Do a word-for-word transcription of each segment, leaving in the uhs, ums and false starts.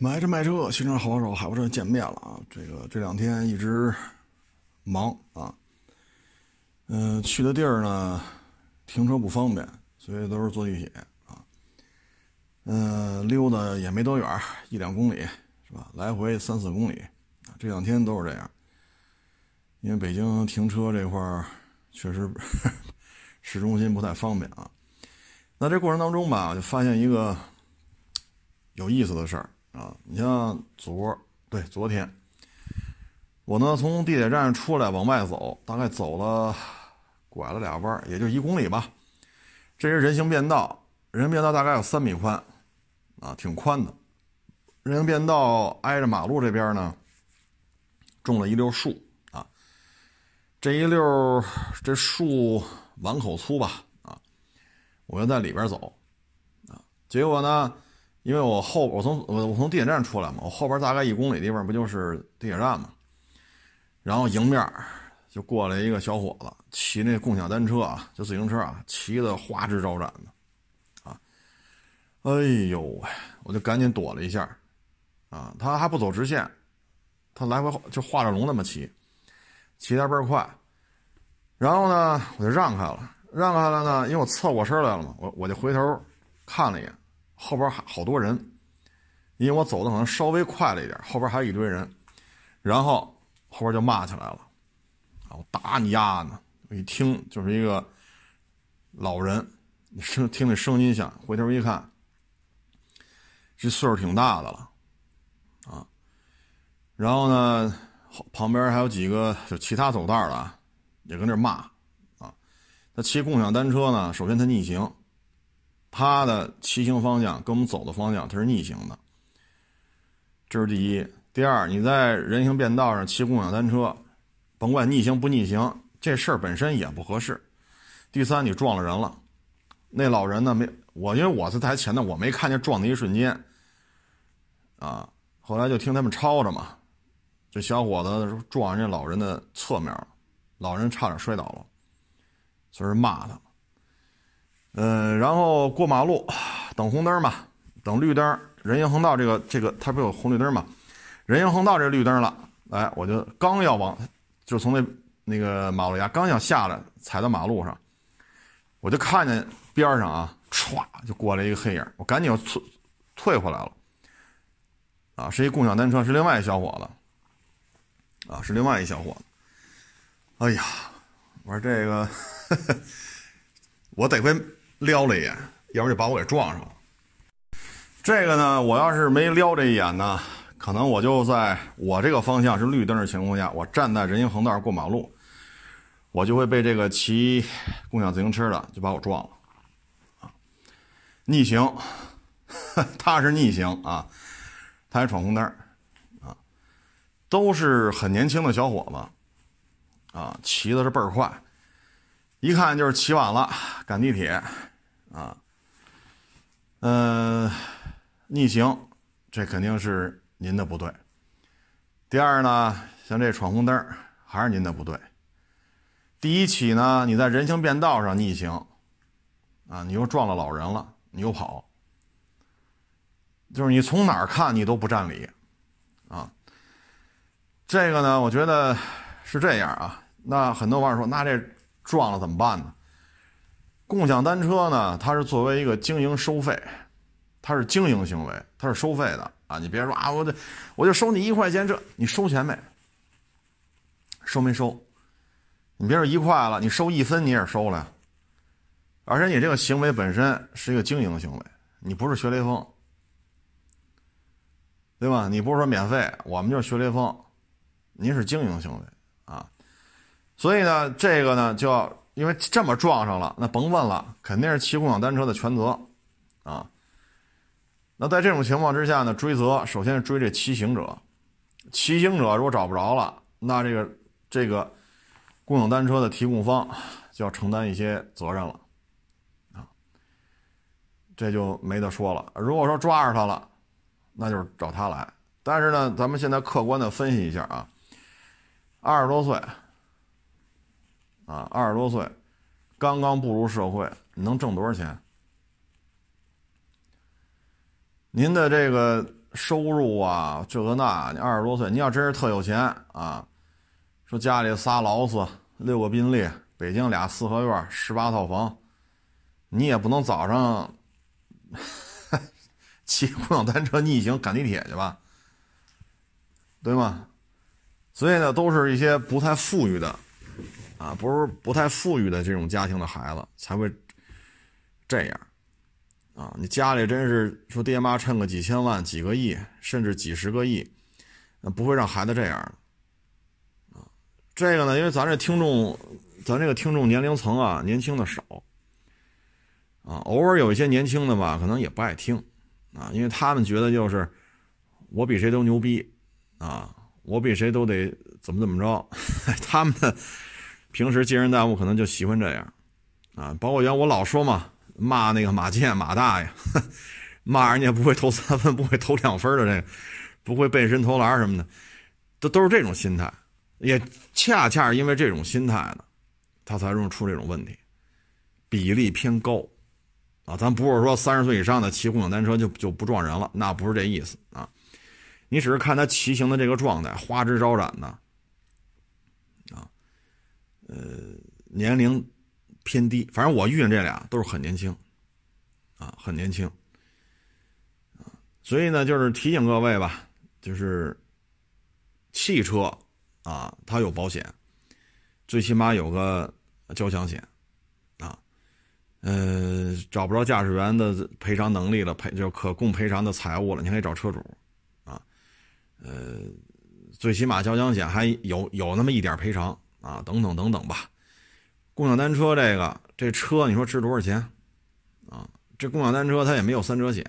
买车卖车，新车好手，海博车见面了啊！这个这两天一直忙啊，嗯、呃，去的地儿呢，停车不方便，所以都是坐地铁啊。嗯、呃，溜达也没多远，一两公里是吧？来回三四公里啊，这两天都是这样。因为北京停车这块儿确实市中心不太方便啊。那这过程当中吧，就发现一个有意思的事儿。啊，你像昨对昨天，我呢从地铁站出来往外走，大概走了拐了俩弯，也就一公里吧。这是人行便道，人行便道大概有三米宽，啊，挺宽的。人行便道挨着马路这边呢，种了一溜树啊，这一溜这树碗口粗吧，啊，我要在里边走，啊，结果呢。因为我后我从我我从地铁站出来嘛，我后边大概一公里地方不就是地铁站嘛，然后迎面就过来一个小伙子，骑那共享单车啊，就自行车啊，骑的花枝招展的，啊，哎呦喂，我就赶紧躲了一下，啊，他还不走直线，他来回就画着龙那么骑，骑得倍儿快，然后呢我就让开了，让开了呢，因为我侧过身来了嘛，我我就回头看了一眼。后边还好多人，因为我走的可能稍微快了一点，后边还有一堆人，然后后边就骂起来了，啊，我打你丫呢！我一听就是一个老人，声听那声音响，回头一看，这岁数挺大的了，啊，然后呢，旁边还有几个就其他走道的，也跟这骂，啊，他骑共享单车呢，首先他逆行。他的骑行方向跟我们走的方向它是逆行的，这是第一。第二，你在人行便道上骑共享单车，甭管逆行不逆行，这事儿本身也不合适。第三，你撞了人了，那老人呢没我，因为我在台前呢，我没看见撞的一瞬间，啊，后来就听他们吵着嘛，这小伙子撞人家老人的侧面了，老人差点摔倒了，所以骂他。嗯，然后过马路，等红灯嘛，等绿灯，人行横道这个这个它不有红绿灯嘛？人行横道这绿灯了，哎，我就刚要往，就从那那个马路牙刚要下来，踩到马路上，我就看见边上啊，歘就过来一个黑影，我赶紧退退回来了，啊，是一共享单车，是另外一小伙子，啊，是另外一小伙子，哎呀，我说这个，呵呵我得亏。撩了一眼，要不然就把我给撞上了。这个呢，我要是没撩这一眼呢，可能我就在我这个方向是绿灯的情况下，我站在人行横道过马路，我就会被这个骑共享自行车的就把我撞了。啊，逆行，他是逆行啊，他还闯红灯啊，都是很年轻的小伙子啊，骑的是倍儿快，一看就是骑晚了，赶地铁。啊，嗯、呃，逆行，这肯定是您的不对。第二呢，像这闯红灯，还是您的不对。第一起呢，你在人行便道上逆行，啊，你又撞了老人了，你又跑，就是你从哪儿看你都不占理，啊，这个呢，我觉得是这样啊。那很多网友说，那这撞了怎么办呢？共享单车呢，它是作为一个经营收费，它是经营行为，它是收费的啊！你别说啊，我这我就收你一块钱，这你收钱没？收没收？你别说一块了，你收一分你也收了呀。而且你这个行为本身是一个经营行为，你不是学雷锋，对吧？你不是说免费，我们就是学雷锋，您是经营行为啊。所以呢，这个呢就要。因为这么撞上了，那甭问了，肯定是骑共享单车的全责，啊。那在这种情况之下呢，追责首先是追这骑行者，骑行者如果找不着了，那这个这个共享单车的提供方就要承担一些责任了，啊，这就没得说了。如果说抓着他了，那就是找他来。但是呢，咱们现在客观的分析一下啊，二十多岁。啊，二十多岁，刚刚步入社会，你能挣多少钱？您的这个收入啊，这个那，你二十多岁，你要真是特有钱啊，说家里仨劳斯，六个宾利，北京俩四合院，十八套房，你也不能早上骑共享单车逆行赶地铁去吧，对吗？所以呢，都是一些不太富裕的啊，不是不太富裕的这种家庭的孩子才会这样啊。你家里真是说爹妈趁个几千万、几个亿，甚至几十个亿，那不会让孩子这样的啊。这个呢，因为咱这听众，咱这个听众年龄层啊，年轻的少啊，偶尔有一些年轻的吧，可能也不爱听啊，因为他们觉得就是我比谁都牛逼啊。我比谁都得怎么怎么着，他们的平时接人待物可能就喜欢这样啊。包括原我老说嘛，骂那个马健马大爷，骂人家不会投三分不会投两分的这个，不会背身投篮什么的，都都是这种心态。也恰恰因为这种心态呢，他才容易出这种问题，比例偏高啊。咱不是说三十岁以上的骑共享单车就就不撞人了，那不是这意思啊。你只是看他骑行的这个状态，花枝招展的，啊，呃，年龄偏低，反正我遇见这俩都是很年轻，啊，很年轻，啊，所以呢，就是提醒各位吧，就是汽车啊，它有保险，最起码有个交强险，啊，呃，找不着驾驶员的赔偿能力了，赔就可供赔偿的财物了，你可以找车主。呃，最起码交强险还有有那么一点赔偿啊，等等等等吧。共享单车这个这车你说值多少钱啊？这共享单车它也没有三者险，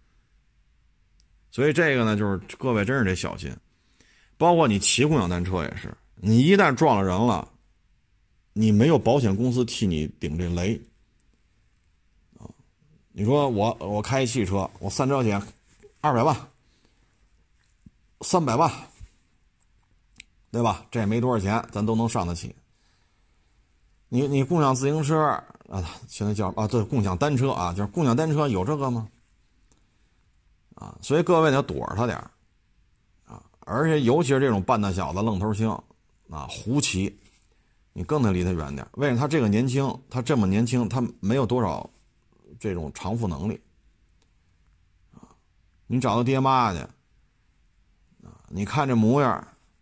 所以这个呢就是各位真是得小心。包括你骑共享单车也是，你一旦撞了人了，你没有保险公司替你顶这雷啊。你说我我开汽车，我三者险二百万。三百万，对吧？这也没多少钱，咱都能上得起。你你共享自行车啊，现在叫啊，对，共享单车啊，就是共享单车有这个吗？啊，所以各位得躲着他点啊，而且尤其是这种半大小子、愣头青啊、胡骑，你更得离他远点。为什么？他这个年轻，他这么年轻，他没有多少这种偿付能力啊。你找他爹妈去。你看这模样，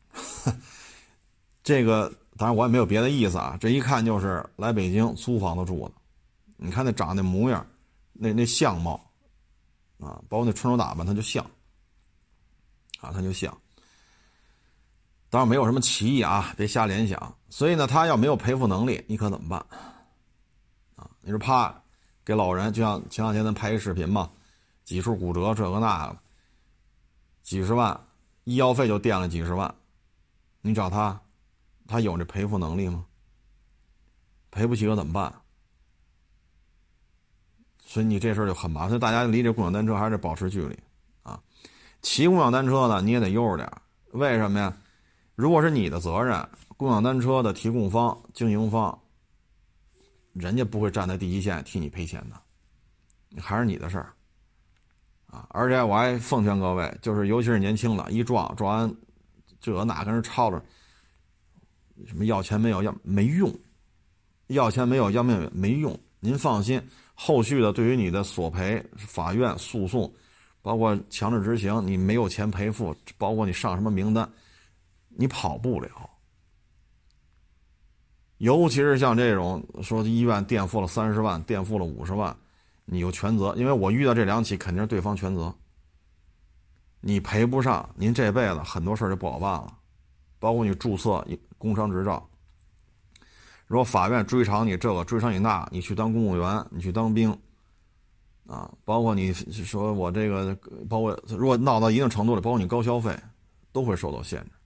这个当然我也没有别的意思啊，这一看就是来北京租房子住的。你看那长那模样，那那相貌啊，包括那穿着打扮，他就像啊，他就像。当然没有什么歧义啊，别瞎联想。所以呢，他要没有赔付能力，你可怎么办啊？你说啪给老人，就像前两天咱拍一视频嘛，几处骨折，这个那个，几十万。医药费就垫了几十万，你找他，他有这赔付能力吗？赔不起可怎么办？所以你这事儿就很麻烦，所以大家离这共享单车还是保持距离啊。骑共享单车呢，你也得悠着点，为什么呀？如果是你的责任，共享单车的提供方、经营方，人家不会站在第一线替你赔钱的，还是你的事儿。啊，而且我还奉劝各位，就是尤其是年轻的，一撞撞完，这哪跟人吵着，什么要钱没有要没用，要钱没有要命没用。您放心，后续的对于你的索赔、法院诉讼，包括强制执行，你没有钱赔付，包括你上什么名单，你跑不了。尤其是像这种说医院垫付了三十万，垫付了五十万。你有全责，因为我遇到这两起肯定是对方全责，你赔不上，您这辈子很多事就不好办了，包括你注册工商执照，如果法院追偿你这个追偿你那，你去当公务员，你去当兵啊，包括你说我这个，包括如果闹到一定程度了，包括你高消费都会受到限制，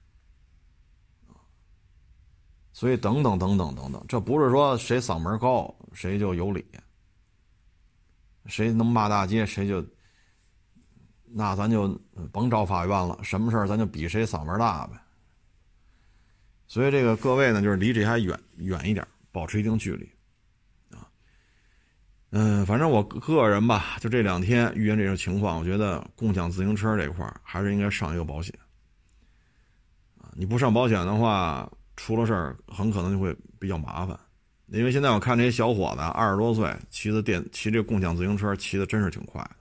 所以等等等等等等，这不是说谁嗓门高谁就有理，谁能骂大街谁就，那咱就甭找法院了，什么事儿咱就比谁嗓门大呗。所以这个各位呢，就是离这还远远一点，保持一定距离啊。 嗯，反正我个人吧，就这两天遇见这种情况，我觉得共享自行车这块还是应该上一个保险。你不上保险的话，出了事儿很可能就会比较麻烦。因为现在我看这些小伙子二十多岁骑的电骑这个共享自行车骑的真是挺快的。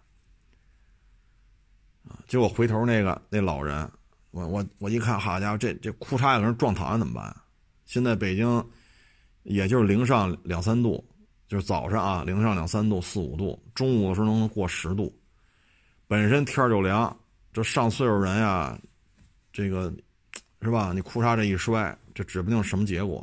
结果回头那个那老人，我我我一看，好家伙，这这裤衩有人撞躺下怎么办？现在北京也就是零上两三度，就是早上啊零上两三度四五度，中午的时候能过十度，本身天就凉，这上岁数人呀，这个是吧？你裤衩这一摔，这指不定什么结果。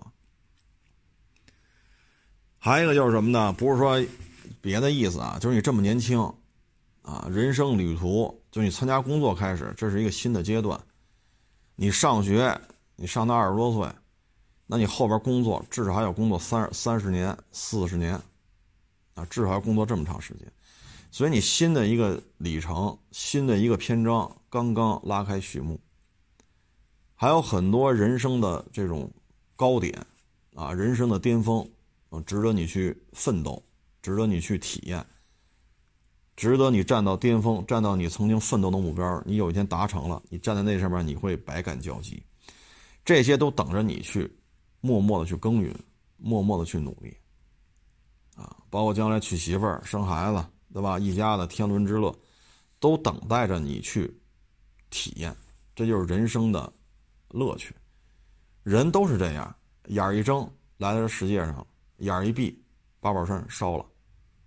还有一个就是什么呢？不是说别的意思啊，就是你这么年轻啊，人生旅途，就你参加工作开始，这是一个新的阶段。你上学，你上到二十多岁，那你后边工作至少还要工作三三十年、四十年，啊，至少要工作这么长时间。所以你新的一个里程，新的一个篇章刚刚拉开序幕，还有很多人生的这种高点，啊，人生的巅峰，啊，值得你去奋斗，值得你去体验。值得你站到巅峰，站到你曾经奋斗的目标，你有一天达成了，你站在那上面，你会百感交集，这些都等着你去默默的去耕耘，默默的去努力，啊，包括将来娶媳妇儿、生孩子，对吧？一家的天伦之乐，都等待着你去体验，这就是人生的乐趣。人都是这样，眼一睁来到这世界上，眼一闭，八宝山烧了。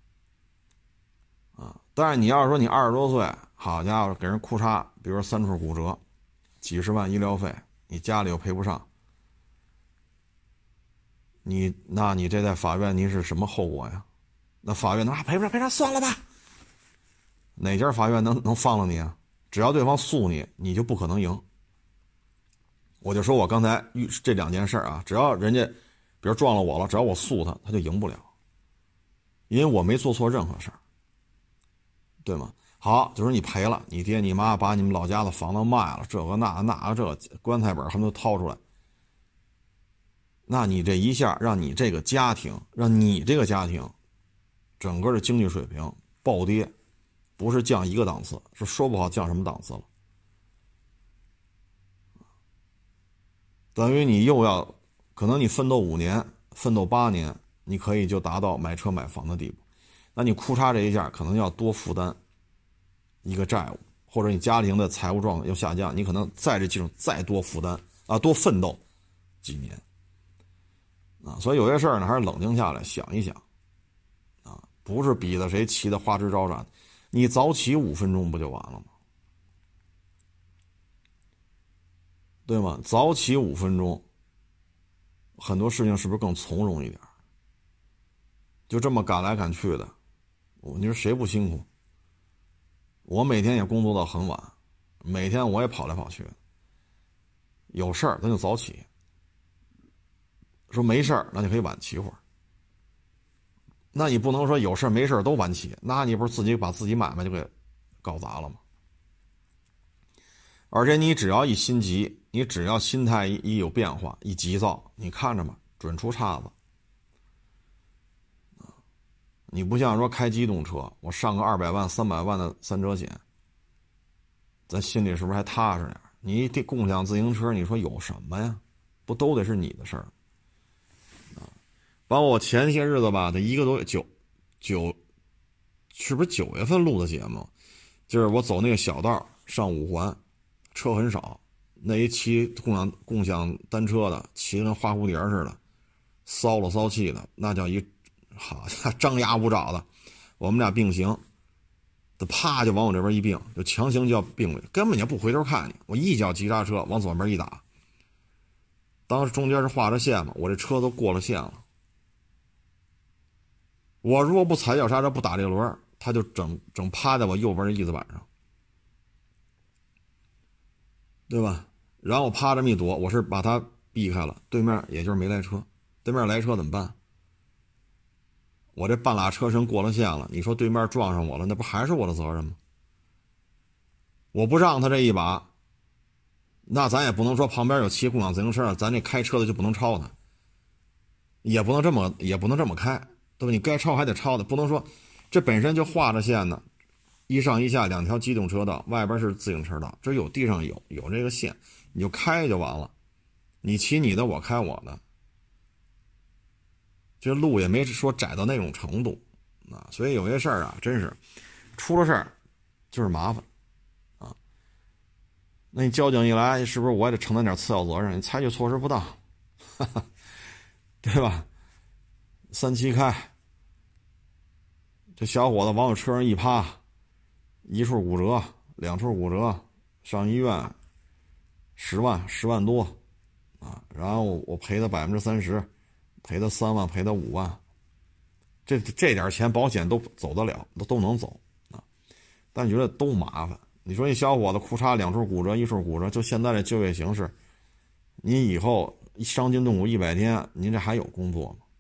啊，但是你要是说你二十多岁，好家伙，给人裤衩，比如说三处骨折，几十万医疗费，你家里又赔不上，你那你这在法院你是什么后果呀？那法院啊赔不上赔上算了吧？哪家法院能能放了你啊？只要对方诉你，你就不可能赢。我就说我刚才遇这两件事啊，只要人家比如撞了我了，只要我诉他，他就赢不了，因为我没做错任何事儿。对吗？好，就是你赔了，你爹你妈把你们老家的房子卖了，这个那那个这个棺材本他们都掏出来，那你这一下让你这个家庭，让你这个家庭整个的经济水平暴跌，不是降一个档次，是说不好降什么档次了。等于你又要可能你奋斗五年奋斗八年，你可以就达到买车买房的地步，那你裤衩这一下可能要多负担一个债务，或者你家庭的财务状况要下降，你可能在这基础再多负担啊，多奋斗几年啊。所以有些事儿呢，还是冷静下来想一想啊，不是比的谁骑的花枝招展，你早起五分钟不就完了吗？对吗？早起五分钟，很多事情是不是更从容一点？就这么赶来赶去的，你说谁不辛苦？我每天也工作到很晚，每天我也跑来跑去的。有事儿咱就早起，说没事儿那就可以晚起会儿。那你不能说有事儿没事儿都晚起，那你不是自己把自己买卖就给搞砸了吗？而且你只要一心急，你只要心态一一有变化，一急躁，你看着吧，准出岔子。你不像说开机动车，我上个二百万、三百万的三者险，咱心里是不是还踏实点？你这共享自行车，你说有什么呀？不都得是你的事儿啊？包括我前些日子吧，这一个多九九，是不是九月份录的节目？就是我走那个小道上五环，车很少，那一骑共享共享单车的骑跟花蝴蝶似的，骚了骚气的，那叫一。好家伙，张牙舞爪的，我们俩并行，他啪就往我这边一并，就强行就要并过去，根本就不回头看你。我一脚急刹车往左边一打，当时中间是画着线嘛，我这车都过了线了。我如果不踩脚刹车不打这个轮，他就整整趴在我右边的翼子板上，对吧？然后我趴这么一躲，我是把他避开了，对面也就是没来车，对面来车怎么办？我这半拉车身过了线了，你说对面撞上我了，那不还是我的责任吗？我不让他这一把，那咱也不能说旁边有骑共享自行车，咱这开车的就不能超他，也不能这么也不能这么开， 对吧？你该超还得超的，不能说这本身就画着线呢，一上一下两条机动车道，外边是自行车道，这有地上有有这个线，你就开就完了，你骑你的，我开我的，这路也没说窄到那种程度啊，所以有些事儿啊，真是出了事儿就是麻烦啊。那你交警一来，是不是我也得承担点次要责任？你采取措施不当，哈哈，对吧？三七开，这小伙子往我车上一趴，一处骨折，两处骨折，上医院，十万十万多啊！然后我赔他百分之三十，赔他三万，赔他五万，这这点钱保险都走得了，都都能走啊！但你觉得都麻烦。你说你小伙子裤衩两处骨折，一处骨折，就现在这就业形势，你以后伤筋动骨一百天，您这还有工作吗？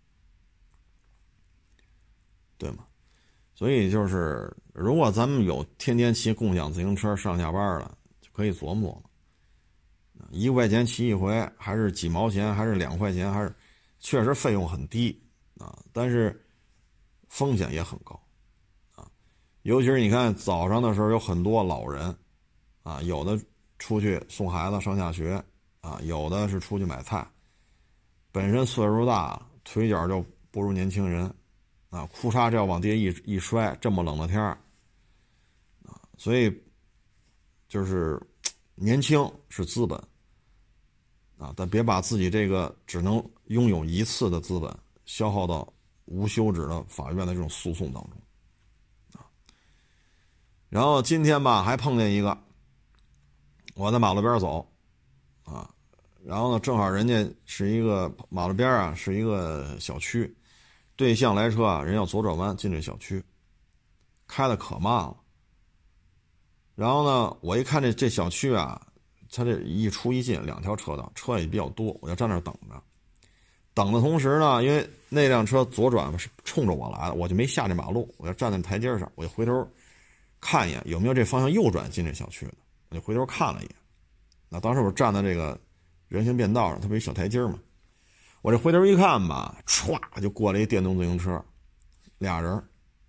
对吗？所以就是，如果咱们有天天骑共享自行车上下班了，就可以琢磨了。一块钱骑一回，还是几毛钱，还是两块钱，还是确实费用很低啊，但是风险也很高啊。尤其是你看早上的时候有很多老人啊，有的出去送孩子上下学啊，有的是出去买菜，本身岁数大了，腿脚就不如年轻人。啊，裤衩这要往地下一一摔，这么冷的天儿，啊，所以就是年轻是资本，啊，但别把自己这个只能拥有一次的资本消耗到无休止的法院的这种诉讼当中，啊，然后今天吧还碰见一个，我在马路边走，啊，然后呢正好人家是一个马路边啊是一个小区。对向来车啊，人要左转弯进这小区，开的可慢了。然后呢，我一看这这小区啊，它这一出一进两条车道，车也比较多，我就站那儿等着。等的同时呢，因为那辆车左转是冲着我来的，我就没下这马路，我就站在台阶上，我就回头看一眼有没有这方向右转进这小区的，我就回头看了一眼。那当时我站在这个人行便道上，它不有一小台阶嘛。我这回头一看吧，歘就过来一电动自行车，俩人。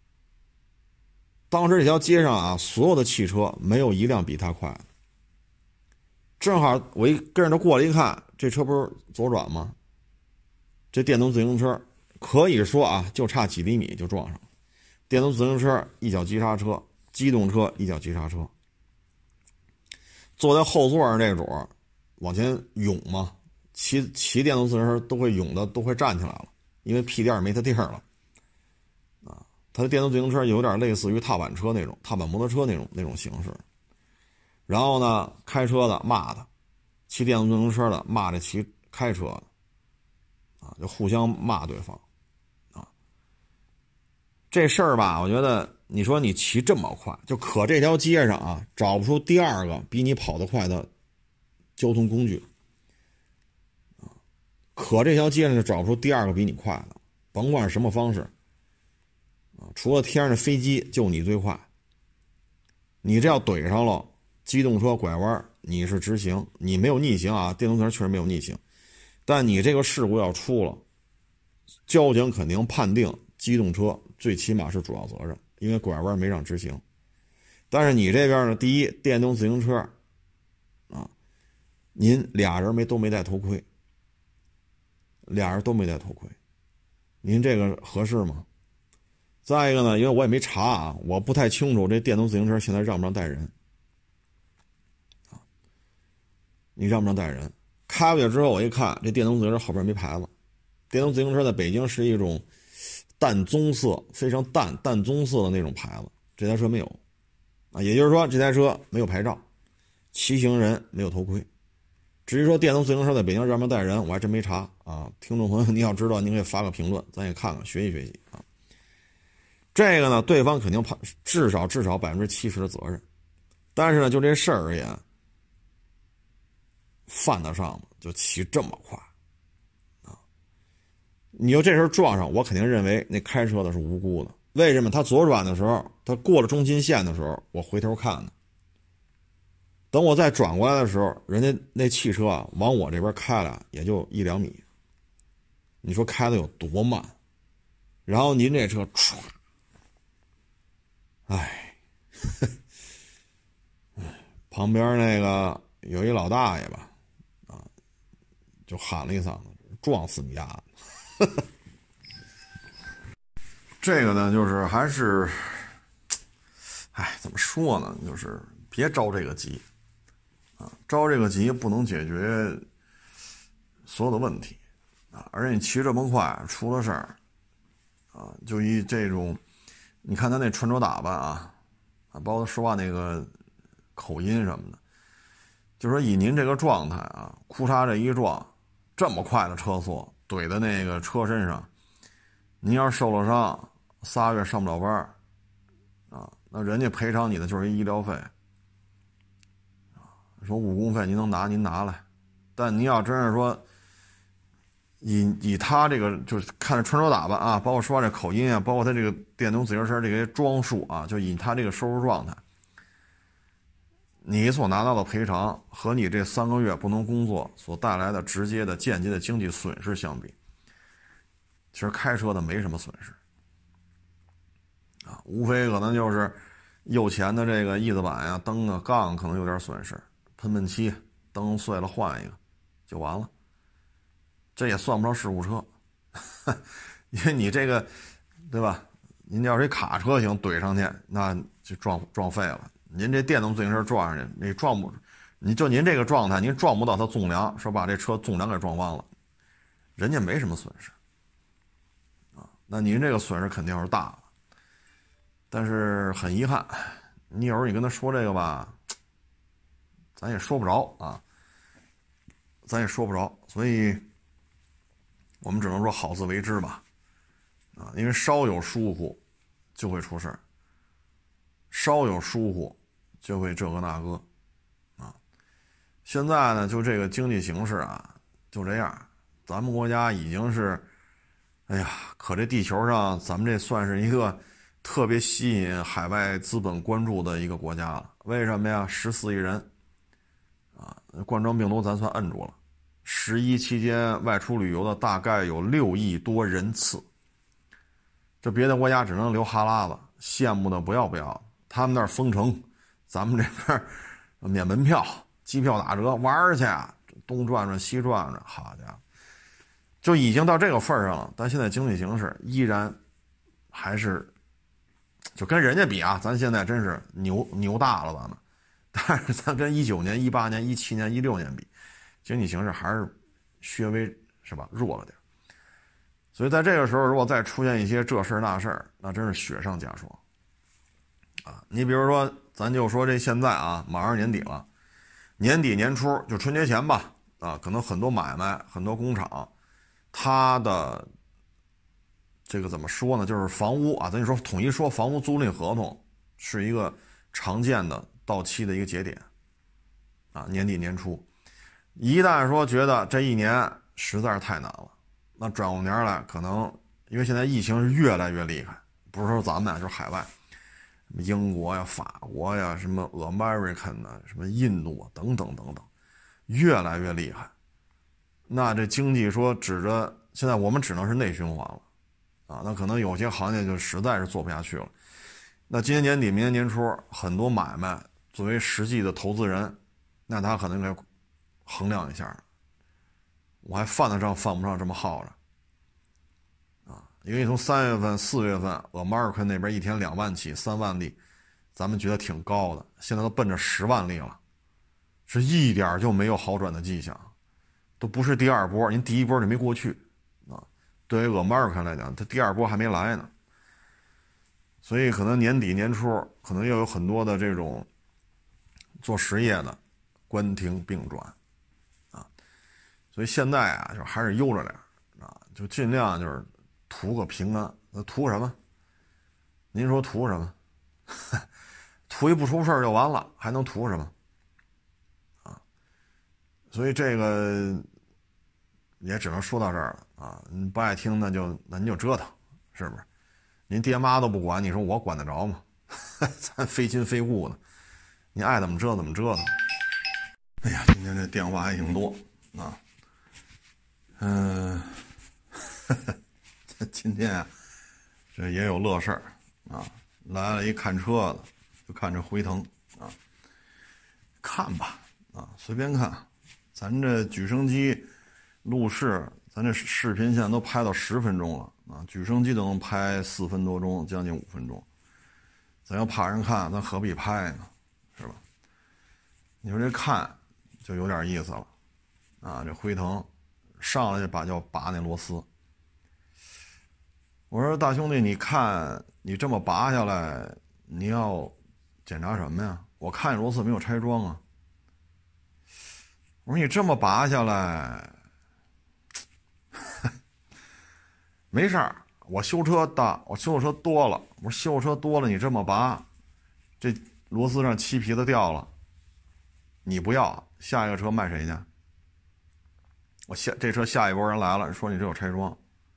当时这条街上啊，所有的汽车没有一辆比他快的。正好我一跟着他过来一看，这车不是左转吗？这电动自行车可以说啊，就差几厘米就撞上了。电动自行车一脚急刹车，机动车一脚急刹车。坐在后座上这主往前涌嘛。骑骑电动自行车都会涌的，都会站起来了，因为屁垫没他地儿了，啊，他的电动自行车有点类似于踏板车那种、踏板摩托车那种那种形式。然后呢，开车的骂他，骑电动自行车的骂这骑开车的，啊，就互相骂对方，啊，这事儿吧，我觉得你说你骑这么快，就可这条街上啊，找不出第二个比你跑得快的交通工具。可这条街上就找不出第二个比你快的，甭管是什么方式啊，除了天上的飞机就你最快。你这要怼上了，机动车拐弯你是直行，你没有逆行啊，电动车确实没有逆行，但你这个事故要出了，交警肯定判定机动车最起码是主要责任，因为拐弯没让直行。但是你这边呢，第一，电动自行车啊，您俩人没都没戴头盔。俩人都没戴头盔，您这个合适吗？再一个呢，因为我也没查啊，我不太清楚这电动自行车现在让不让带人啊？你让不让带人？开过去之后，我一看，这电动自行车后边没牌子。电动自行车在北京是一种淡棕色，非常淡淡棕色的那种牌子，这台车没有啊，也就是说这台车没有牌照，骑行人没有头盔。至于说电动自行车在北京让不让带人，我还真没查啊。听众朋友，你要知道，您可以发个评论，咱也看看，学习学习啊。这个呢，对方肯定判至少至少百分之七十的责任，但是呢，就这事儿而言，犯得上吗？就骑这么快啊！你就这时候撞上，我肯定认为那开车的是无辜的。为什么？他左转的时候，他过了中心线的时候，我回头看呢。等我再转过来的时候，人家那汽车啊往我这边开了也就一两米，你说开的有多慢然后您这车唰，哎，旁边那个有一老大爷吧，啊，就喊了一嗓子，撞死你丫的！这个呢，就是还是，哎，怎么说呢？就是别着这个急啊，着这个急不能解决所有的问题啊，而且你骑这么快，出了事儿啊，就以这种，你看他那穿着打扮啊，啊，包括说话那个口音什么的，就说以您这个状态啊，裤衩这一撞，这么快的车速怼在那个车身上，您要是受了伤，仨月上不了班啊，那人家赔偿你的就是一医疗费啊，说误工费您能拿您拿来，但您要真是说以以他这个就是看着穿着打扮啊，包括说话这口音啊，包括他这个电动自行车这些装束啊，就以他这个收入状态，你所拿到的赔偿和你这三个月不能工作所带来的直接的间接的经济损失相比，其实开车的没什么损失啊，无非可能就是右前的这个翼子板呀、灯啊、杠可能有点损失，喷喷漆，灯碎了换一个就完了，这也算不上事故车，因为你这个，对吧？您要是一卡车型怼上去，那就撞撞废了。您这电动自行车撞上去，你撞不，你就您这个状态，您撞不到它纵梁，说把这车纵梁给撞弯了，人家没什么损失啊。那您这个损失肯定是大了，但是很遗憾，你有时候你跟他说这个吧，咱也说不着啊，咱也说不着，所以我们只能说好自为之吧，啊，因为稍有疏忽就会出事儿，稍有疏忽就会这个那个，啊，现在呢就这个经济形势啊就这样，咱们国家已经是，哎呀，可这地球上咱们这算是一个特别吸引海外资本关注的一个国家了。为什么呀？十四亿人，啊，冠状病毒咱算摁住了。十一期间外出旅游的大概有六亿多人次，这别的国家只能流哈喇子，羡慕的不要不要。他们那儿封城，咱们这边免门票，机票打折，玩去，东转转西转转，好家伙，就已经到这个份上了。但现在经济形势依然还是，就跟人家比啊，咱现在真是牛牛大了咱们，但是咱跟一九年、一八年、一七年、一六年比，经济形势还是稍微是吧弱了点。所以在这个时候，如果再出现一些这事儿那事儿，那真是雪上加霜啊！你比如说，咱就说这现在啊，马上年底了，年底年初就春节前吧，啊，可能很多买卖、很多工厂，它的这个怎么说呢？就是房屋啊，咱就说统一说，房屋租赁合同是一个常见的到期的一个节点啊，年底年初，一旦说觉得这一年实在是太难了。那转过年来，可能因为现在疫情是越来越厉害，不是说咱们啊，就是海外，什么英国呀、法国呀、什么 American 啊、什么印度啊等等等等，越来越厉害。那这经济说指着现在我们只能是内循环了啊，那可能有些行业就实在是做不下去了。那今年年底、明年年初，很多买卖作为实际的投资人，那他可能应该衡量一下。我还犯得上犯不上这么耗着啊？因为从三月份、四月份 ，American 那边一天两万起、三万例，咱们觉得挺高的，现在都奔着十万例了，是一点就没有好转的迹象，都不是第二波，您第一波就没过去啊。对于 American 来讲，它第二波还没来呢，所以可能年底年初可能又有很多的这种做实业的关停并转。所以现在啊，就还是悠着点啊，就尽量就是图个平安。那图什么？您说图什么？图一不出事儿就完了，还能图什么？啊，所以这个也只能说到这儿了啊。你不爱听，那就那您就折腾，是不是？您爹妈都不管，你说我管得着吗？咱非亲非故的，你爱怎么折腾怎么折腾。哎呀，今天这电话还挺多啊。嗯，今天啊， 这也有乐事儿啊，来了一看车的，就看这辉腾啊，看吧啊，随便看，咱这举升机路试，咱这视频现在都拍到十分钟了啊，举升机都能拍四分多钟，将近五分钟，咱要怕人看，咱何必拍呢？是吧？你说这看就有点意思了啊，这辉腾上来就把就拔那螺丝。我说大兄弟，你看你这么拔下来，你要检查什么呀？我看螺丝没有拆装啊。我说你这么拔下来，没事儿，我修车大，我修车多了。我说修车多了，你这么拔，这螺丝上漆皮子掉了，你不要，下一个车卖谁去？我下这车下一波人来了，说你这有拆装。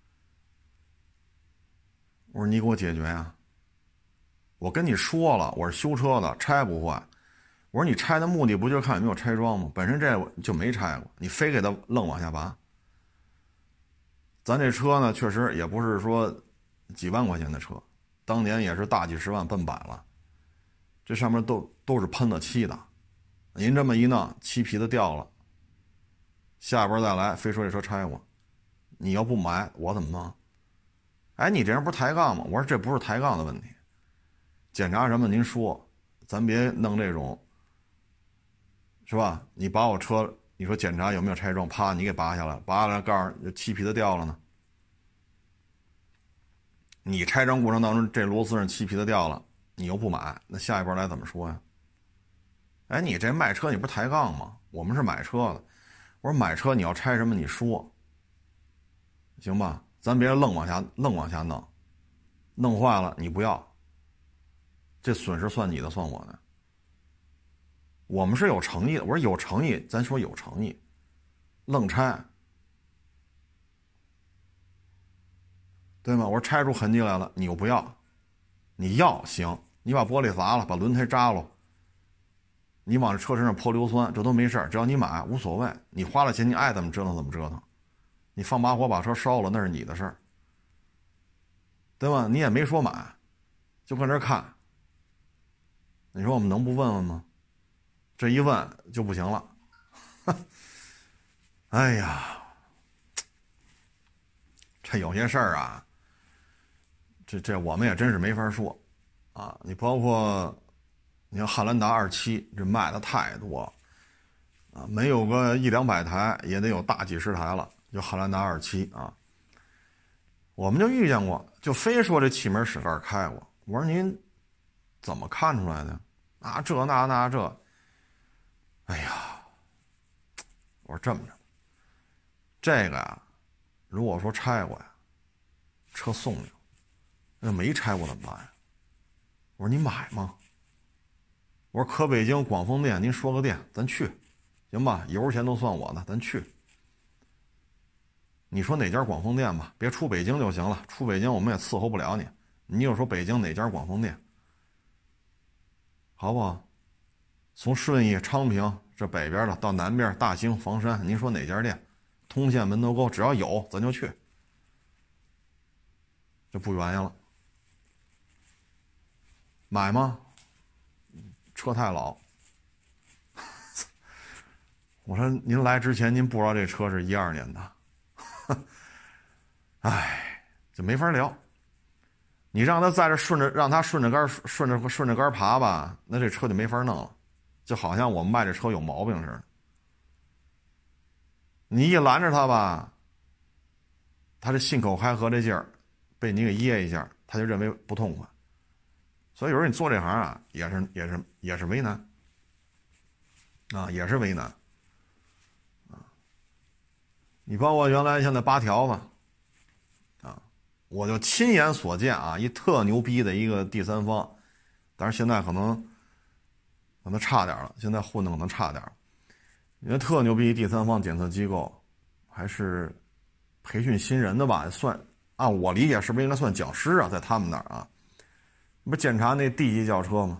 我说你给我解决呀！我跟你说了，我是修车的，拆不坏。我说你拆的目的不就是看有没有拆装吗？本身这就没拆过，你非给它愣往下拔。咱这车呢，确实也不是说几万块钱的车，当年也是大几十万奔百了。这上面都都是喷了漆的，您这么一弄，漆皮子掉了，下边再来，非说这车拆过，你要不买，我怎么弄？哎，你这人不是抬杠吗？我说这不是抬杠的问题，检查什么您说，咱别弄这种，是吧？你把我车，你说检查有没有拆装，啪，你给拔下来，拔下来告诉漆皮子掉了呢。你拆装过程当中，这螺丝上漆皮子掉了，你又不买，那下一波来怎么说呀？哎，你这卖车你不是抬杠吗？我们是买车的，我说买车你要拆什么你说，行吧？咱别愣往下愣往下弄，弄坏了你不要，这损失算你的算我的。我们是有诚意的，我说有诚意，咱说有诚意，愣拆，对吗？我说拆出痕迹来了，你又不要，你要行，你把玻璃砸了，把轮胎扎了，你往车身上泼硫酸，这都没事，只要你买无所谓，你花了钱，你爱怎么折腾怎么折腾。你放把火把车烧了，那是你的事儿，对吧？你也没说买，就搁这看。你说我们能不问问吗？这一问就不行了。哎呀，这有些事儿啊，这这我们也真是没法说啊。你包括你看汉兰达二七，这卖的太多啊，没有个一两百台也得有大几十台了。就汉兰达二七啊，我们就遇见过，就非说这气门室盖开过。我说您怎么看出来的？啊，这那那这，哎呀，我说这么着，这个呀，如果说拆过呀，车送你，那没拆过怎么办呀？我说你买吗？我说可北京广丰店，您说个店，咱去，行吧？油钱都算我的，咱去。你说哪家广丰店吧，别出北京就行了，出北京我们也伺候不了你。你就说北京哪家广丰店，好不好？从顺义、昌平这北边的到南边大兴、房山，您说哪家店？通县、门头沟，只要有咱就去，这不原因了。买吗？车太老。我说您来之前您不知道这车是一二年的。哎，就没法聊。你让他在这顺着，让他顺着杆顺着顺着杆爬吧，那这车就没法弄了，就好像我们卖这车有毛病似的。你一拦着他吧，他这信口开河这劲儿，被你给噎一下，他就认为不痛快。所以有时候你做这行啊，也是也是也是为难啊，也是为难啊。你包括原来现在扒条子。我就亲眼所见啊，一特牛逼的一个第三方，但是现在可能可能差点了，现在混的可能差点。因为特牛逼第三方检测机构，还是培训新人的吧，算按我理解是不是应该算讲师啊，在他们那儿啊，不检查那 D 级轿车吗？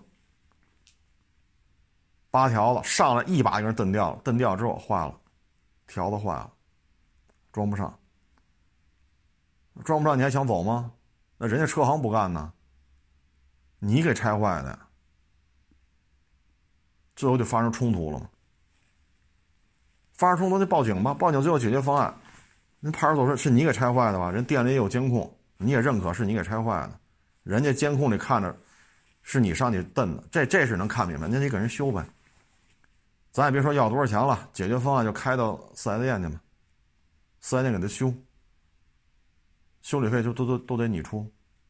扒条子上来一把给人蹬掉了，蹬掉之后坏了，条子坏了，装不上。装不上你还想走吗？ 那人家车行不干呢，你给拆坏的，最后就发生冲突了嘛。发生冲突就报警吧，报警最后解决方案，人派出所说是你给拆坏的吧？人店里也有监控，你也认可是你给拆坏的，人家监控里看着是你上去蹬的，这这是能看明白，那你给人修呗。咱也别说要多少钱了，解决方案就开到四 S 店去嘛，四 S 店给他修，修理费就都都都得你出，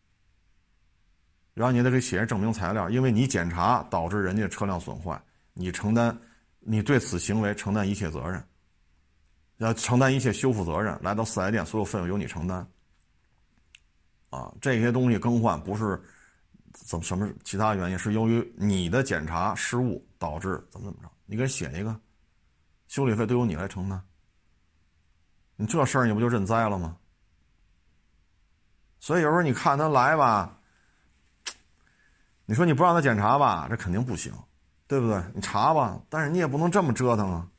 然后你得给写上证明材料，因为你检查导致人家车辆损坏，你承担，你对此行为承担一切责任，要承担一切修复责任，来到四 S 店所有费用由你承担。啊，这些东西更换不是怎么什么其他原因，是由于你的检查失误导致怎么怎么着，你给人写一个，修理费都由你来承担。你这事儿你不就认栽了吗？所以有时候你看他来吧，你说你不让他检查吧，这肯定不行，对不对？你查吧，但是你也不能这么折腾啊，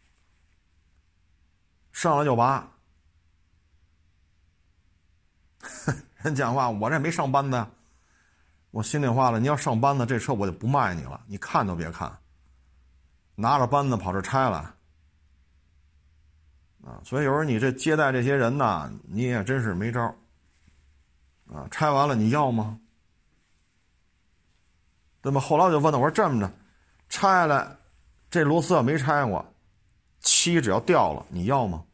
上来就拔。人讲话，我这没上班的，我心里话了，你要上班的，这车我就不卖你了，你看都别看，拿着扳子跑这拆了啊！所以有时候你这接待这些人呐，你也真是没招啊！拆完了你要吗？对吧？后来我就问他，我说这么着，拆下来这螺丝要没拆过，漆只要掉了，你要吗？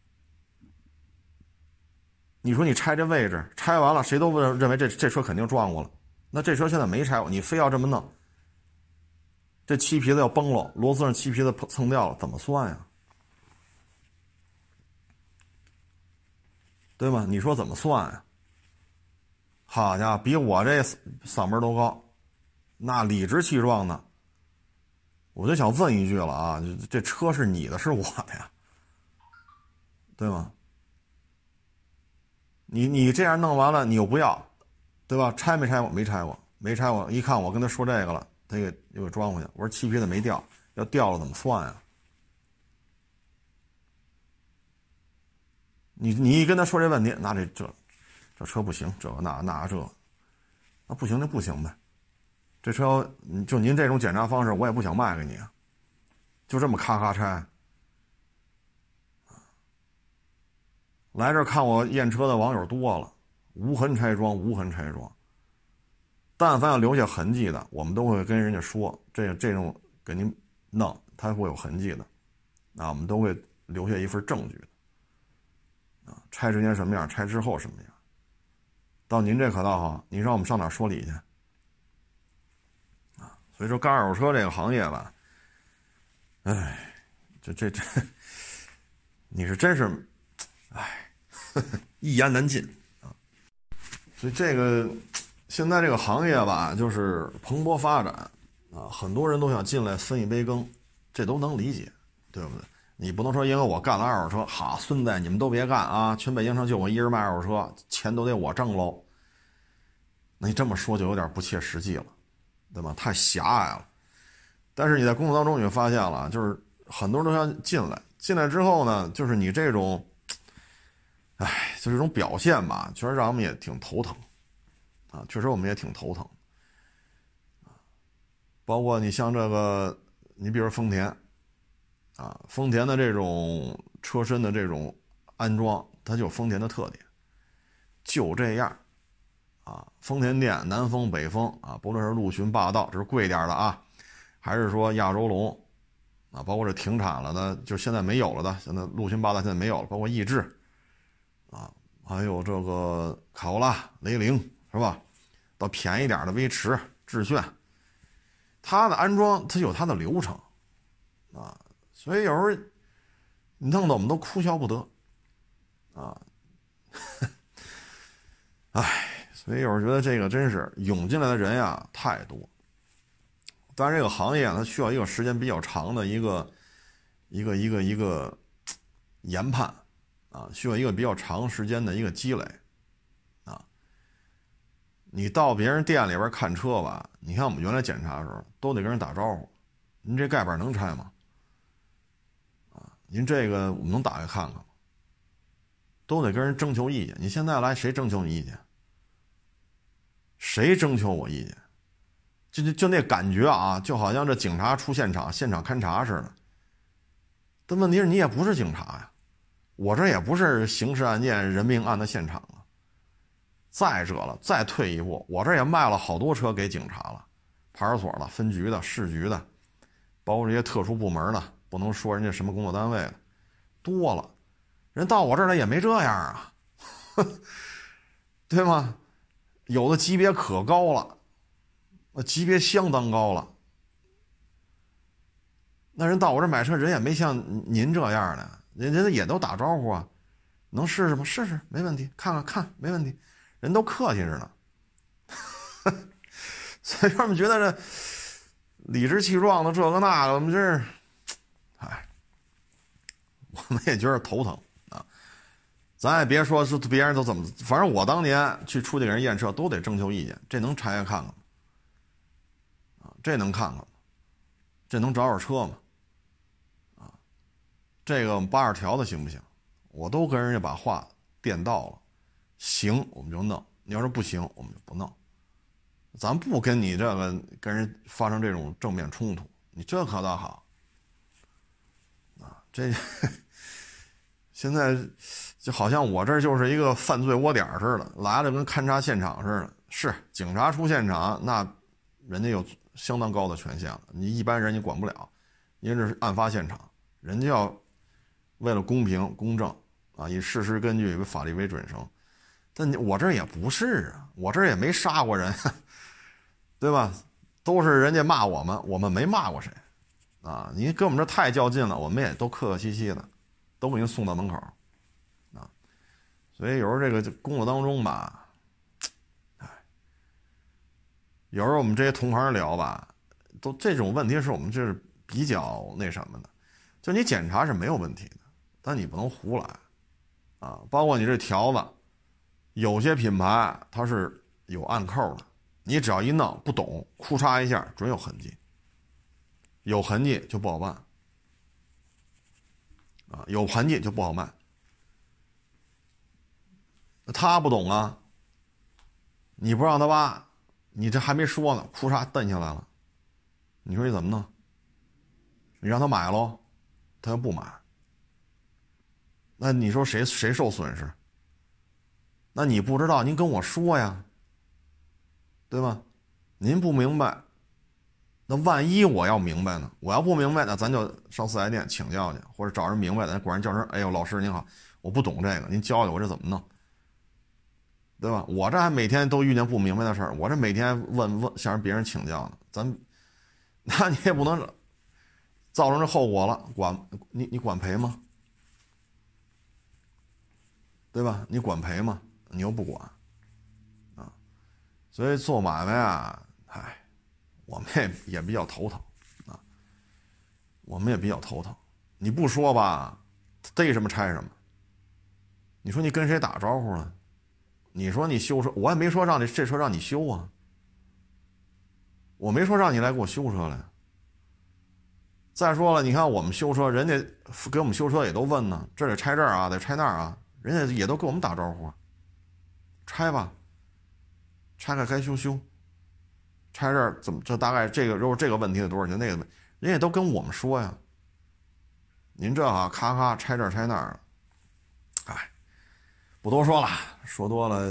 你说你拆这位置，拆完了谁都认为这这车肯定撞过了，那这车现在没拆过，你非要这么弄，这漆皮子要崩了，螺丝上漆皮子蹭掉了，怎么算呀？对吗？你说怎么算呀？好家伙，比我这嗓门都高，那理直气壮的。我就想问一句了啊，这车是你的是我的呀？对吗？你你这样弄完了，你又不要，对吧？拆没拆过？没拆过，没拆过。一看我跟他说这个了，他给又给装回去。我说漆皮子没掉，要掉了怎么算呀？你你一跟他说这问题，那这这这车不行，这那那这，那不行就不行呗。这车就您这种检查方式，我也不想卖给你啊，就这么咔咔拆。来这儿看我验车的网友多了，无痕拆装，无痕拆装。但凡要留下痕迹的，我们都会跟人家说，这这种给您弄，它会有痕迹的，啊，我们都会留下一份证据的，啊，拆之前什么样，拆之后什么样。到您这可倒好，你让我们上哪儿说理去？啊，所以说干二手车这个行业吧，哎，这这这，你是真是，哎。一言难尽啊！所以这个现在这个行业吧，就是蓬勃发展啊，很多人都想进来分一杯羹，这都能理解，对不对？你不能说因为我干了二手车，好孙子，你们都别干啊！全北京城就我一人卖二手车，钱都得我挣喽。那你这么说就有点不切实际了，对吧？太狭隘了。但是你在工作当中你就发现了，就是很多人都想进来，进来之后呢，就是你这种。哎，就这种表现吧，确实让我们也挺头疼，啊，确实我们也挺头疼，啊，包括你像这个，你比如丰田，啊，丰田的这种车身的这种安装，它就有丰田的特点，就这样，啊，丰田店南风北风啊，不论是陆巡霸道，这是贵点的啊，还是说亚洲龙，啊，包括这停产了的，就现在没有了的，现在陆巡霸道现在没有了，包括逸致。啊，还有这个卡罗拉、雷凌是吧？到便宜点的威驰、致炫，它的安装它有它的流程啊，所以有时候你弄得我们都哭笑不得啊。唉，所以有时候觉得这个真是涌进来的人呀太多，但是这个行业它需要一个时间比较长的一个一个一个一个研判。啊，需要一个比较长时间的一个积累，啊，你到别人店里边看车吧，你看我们原来检查的时候都得跟人打招呼，您这盖板能拆吗？啊，您这个我们能打开看看吗？都得跟人征求意见。你现在来谁征求你意见？ 谁征求我意见？就就就那感觉啊，就好像这警察出现场，现场勘查似的。但问题是你也不是警察呀，我这也不是刑事案件人命案的现场啊。再者了，再退一步，我这也卖了好多车给警察了，派出所的、分局的、市局的，包括这些特殊部门的，不能说人家什么工作单位的，多了。人到我这儿来也没这样啊，对吗？有的级别可高了，那级别相当高了。那人到我这儿买车，人也没像您这样的，人家也都打招呼啊，能试试吗？试试，没问题，看看看，没问题，人都客气着呢。所以他们觉得这理直气壮的这个那个，我们这是，哎，我们也觉得头疼啊。咱也别说是别人都怎么，反正我当年去出去给人验车都得征求意见，这能拆开看看吗？啊，这能看看吗？这能找找车吗？啊，这个八十条的行不行？我都跟人家把话垫到了，行我们就弄，你要是不行我们就不弄。咱不跟你这个跟人发生这种正面冲突，你这可倒好啊！这现在就好像我这就是一个犯罪窝点似的，来了跟勘察现场似的。是警察出现场，那人家有相当高的权限了，你一般人你管不了，因为这是案发现场，人家要为了公平公正啊，以事实根据以法律为准绳。但我这也不是啊，我这也没杀过人，对吧？都是人家骂我们，我们没骂过谁啊。你跟我们这太较劲了，我们也都客客气气的，都给您送到门口啊。所以有时候这个工作当中吧，哎，有时候我们这些同行聊吧，都这种问题是我们这是比较那什么的，就你检查是没有问题的，但你不能胡来啊。包括你这条子，有些品牌它是有暗扣的，你只要一弄不懂，库嚓一下准有痕迹，有痕迹就不好办啊，有痕迹就不好卖。他不懂啊，你不让他挖，你这还没说呢，库嚓蹬下来了，你说你怎么弄？你让他买喽，他又不买，那你说谁谁受损失？那你不知道，您跟我说呀，对吧？您不明白，那万一我要明白呢？我要不明白，那咱就上四 S 店请教去，或者找人明白的，咱管人叫声，哎呦，老师您好，我不懂这个，您教教我这怎么弄，对吧？我这还每天都遇见不明白的事儿，我这每天问问向别人请教呢，咱，那你也不能造成这后果了，管你你管赔吗？对吧？你管赔吗？你又不管啊，所以做买卖啊，唉，我们也也比较头疼啊，我们也比较头疼。你不说吧，逮什么拆什么。你说你跟谁打招呼呢？你说你修车，我也没说让你这车让你修啊，我没说让你来给我修车来。再说了，你看我们修车，人家给我们修车也都问呢，这得拆这儿啊，得拆那儿啊，人家也都给我们打招呼啊，拆吧，拆开该修修，拆这儿怎么这大概这个如果这个问题得多少钱，那个人家都跟我们说呀。您这啊，咔咔拆这儿拆那儿，哎，不多说了，说多了，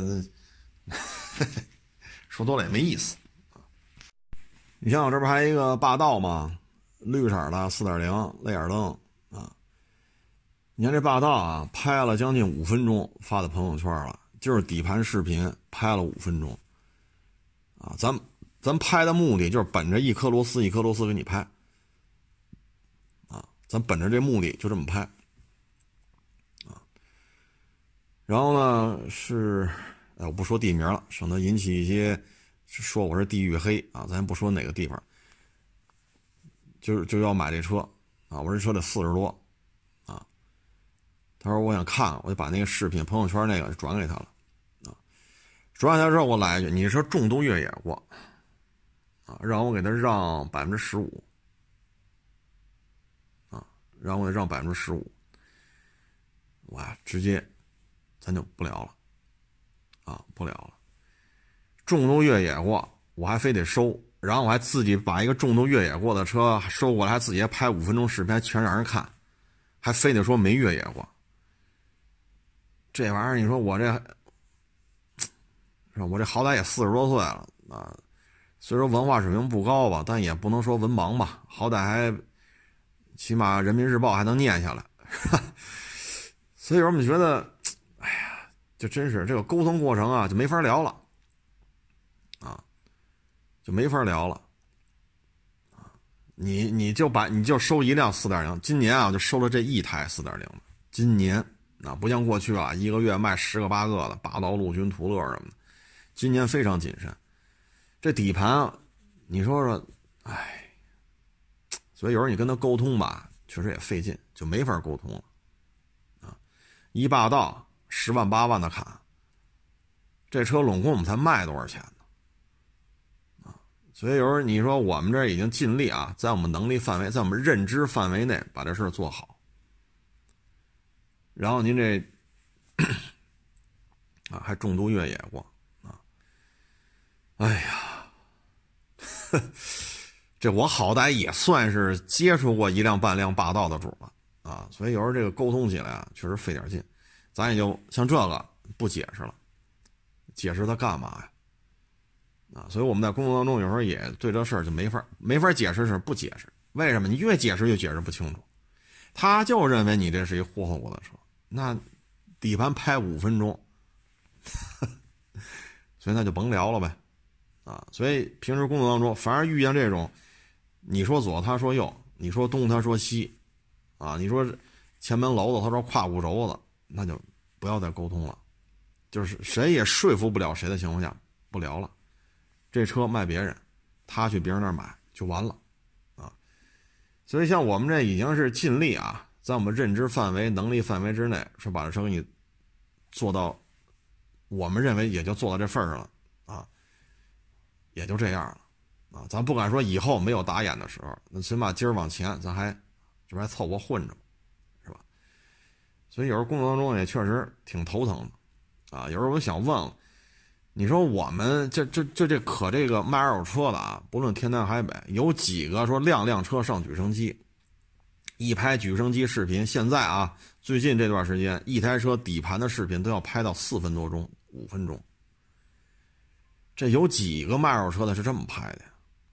说多了也没意思。你像我这不还一个霸道吗？绿色的 四点零 泪眼灯啊，你看这霸道啊，拍了将近五分钟发到朋友圈了，就是底盘视频拍了五分钟啊，咱咱拍的目的就是本着一颗螺丝一颗螺丝给你拍啊，咱本着这目的就这么拍啊。然后呢是，哎，我不说地名了，省得引起一些说我是地域黑啊，咱不说哪个地方。就就要买这车啊！我这车得四十多啊。他说我想看，我就把那个视频朋友圈那个转给他了啊。转给他之后，我来一句：“你说重度越野过啊？让我给他让百分之十五啊，让我给让百分之十五。”我直接咱就不聊了啊，不聊了。 重度越野过，我还非得收，然后我还自己把一个重度越野过的车收过来，还自己还拍五分钟视频，全让人看，还非得说没越野过。这玩意儿，你说我这，是吧？我这好歹也四十多岁了啊，虽说文化水平不高吧，但也不能说文盲吧，好歹还起码人民日报还能念下来。所以我们觉得，哎呀，就真是这个沟通过程啊，就没法聊了，啊，就没法聊了，啊，你你就把你就收一辆 四点零， 今年啊就收了这一台 四点零 的，今年啊不像过去啊一个月卖十个八个的霸道、陆巡、途乐什么的，今年非常谨慎。这底盘，你说说，哎，所以有时候你跟他沟通吧，确实也费劲，就没法沟通了。一霸道十万八万的卡，这车拢共我们才卖多少钱呢？啊，所以有时候你说我们这已经尽力啊，在我们能力范围，在我们认知范围内把这事做好。然后您这啊还重度越野过啊，哎呀，这我好歹也算是接触过一辆半辆霸道的主了。啊，所以有时候这个沟通起来啊，确实费点劲，咱也就像这个不解释了，解释它干嘛呀？啊，所以我们在工作当中有时候也对这事儿就没法没法解释，是不解释。为什么？你越解释越解释不清楚，他就认为你这是一霍霍过的车，那底盘拍五分钟，所以那就甭聊了呗。啊，所以平时工作当中，凡是遇见这种，你说左他说右，你说东他说西。啊，你说前门楼子，他说胯骨轴子，那就不要再沟通了，就是谁也说服不了谁的情况下，不聊了。这车卖别人，他去别人那儿买就完了，啊，所以像我们这已经是尽力啊，在我们认知范围、能力范围之内，是把这车给你做到，我们认为也就做到这份上了啊，也就这样了啊，咱不敢说以后没有打眼的时候，那起码今儿往前咱还。这不还凑合混着，是吧？所以有时候工作当中也确实挺头疼的，啊，有时候我想问了，你说我们这这这这可这个卖二手车的啊，不论天南海北，有几个说辆辆车上举升机，一拍举升机视频，现在啊，最近这段时间，一台车底盘的视频都要拍到四分多钟、五分钟，这有几个卖二手车的是这么拍的呀？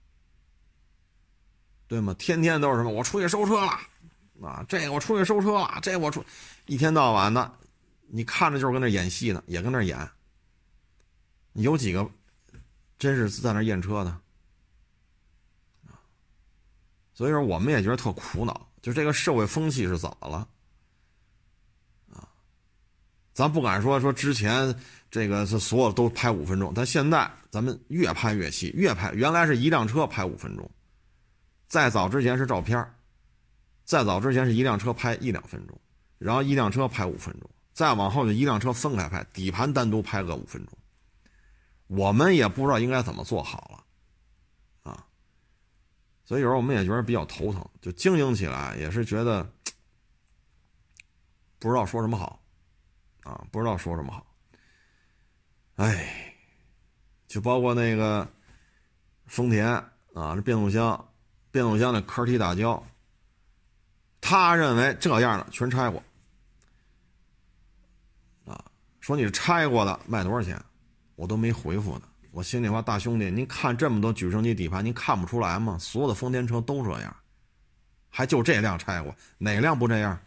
对吗？天天都是什么？我出去收车了，啊，这个我出去收车了，这个我出，一天到晚的，你看着就是跟那演戏呢，也跟那演。有几个真是在那验车的？所以说我们也觉得特苦恼，就这个社会风气是怎么了？啊，咱不敢说说之前这个是所有都拍五分钟，但现在咱们越拍越细，越拍原来是一辆车拍五分钟。再早之前是照片，再早之前是一辆车拍一两分钟，然后一辆车拍五分钟，再往后就一辆车分开拍，底盘单独拍个五分钟。我们也不知道应该怎么做好了，啊，所以有时候我们也觉得比较头疼，就经营起来也是觉得不知道说什么好，啊，不知道说什么好。哎，就包括那个丰田啊，这变速箱。变速箱的壳体打胶，他认为这样的全拆过，啊，说你拆过的卖多少钱，我都没回复的。我心里话，大兄弟，您看这么多举升机底盘，您看不出来吗？所有的丰田车都这样，还就这辆拆过，哪辆不这样？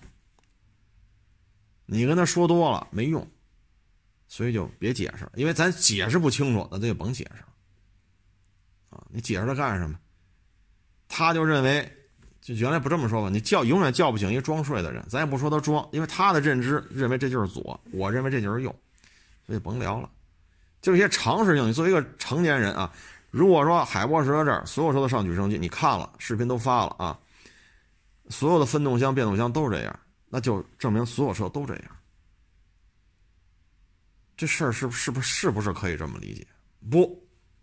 你跟他说多了没用，所以就别解释，因为咱解释不清楚，那咱就甭解释了，啊，你解释它干什么？他就认为，就原来不这么说吧，你叫永远叫不醒一个装睡的人，咱也不说他装，因为他的认知认为这就是左，我认为这就是右，所以甭聊了。就一些常识性，你作为一个成年人啊，如果说海博士这儿所有车都上举升机，你看了视频都发了啊，所有的分动箱、变速箱都是这样，那就证明所有车都这样。这事儿是是不是是不是可以这么理解？不。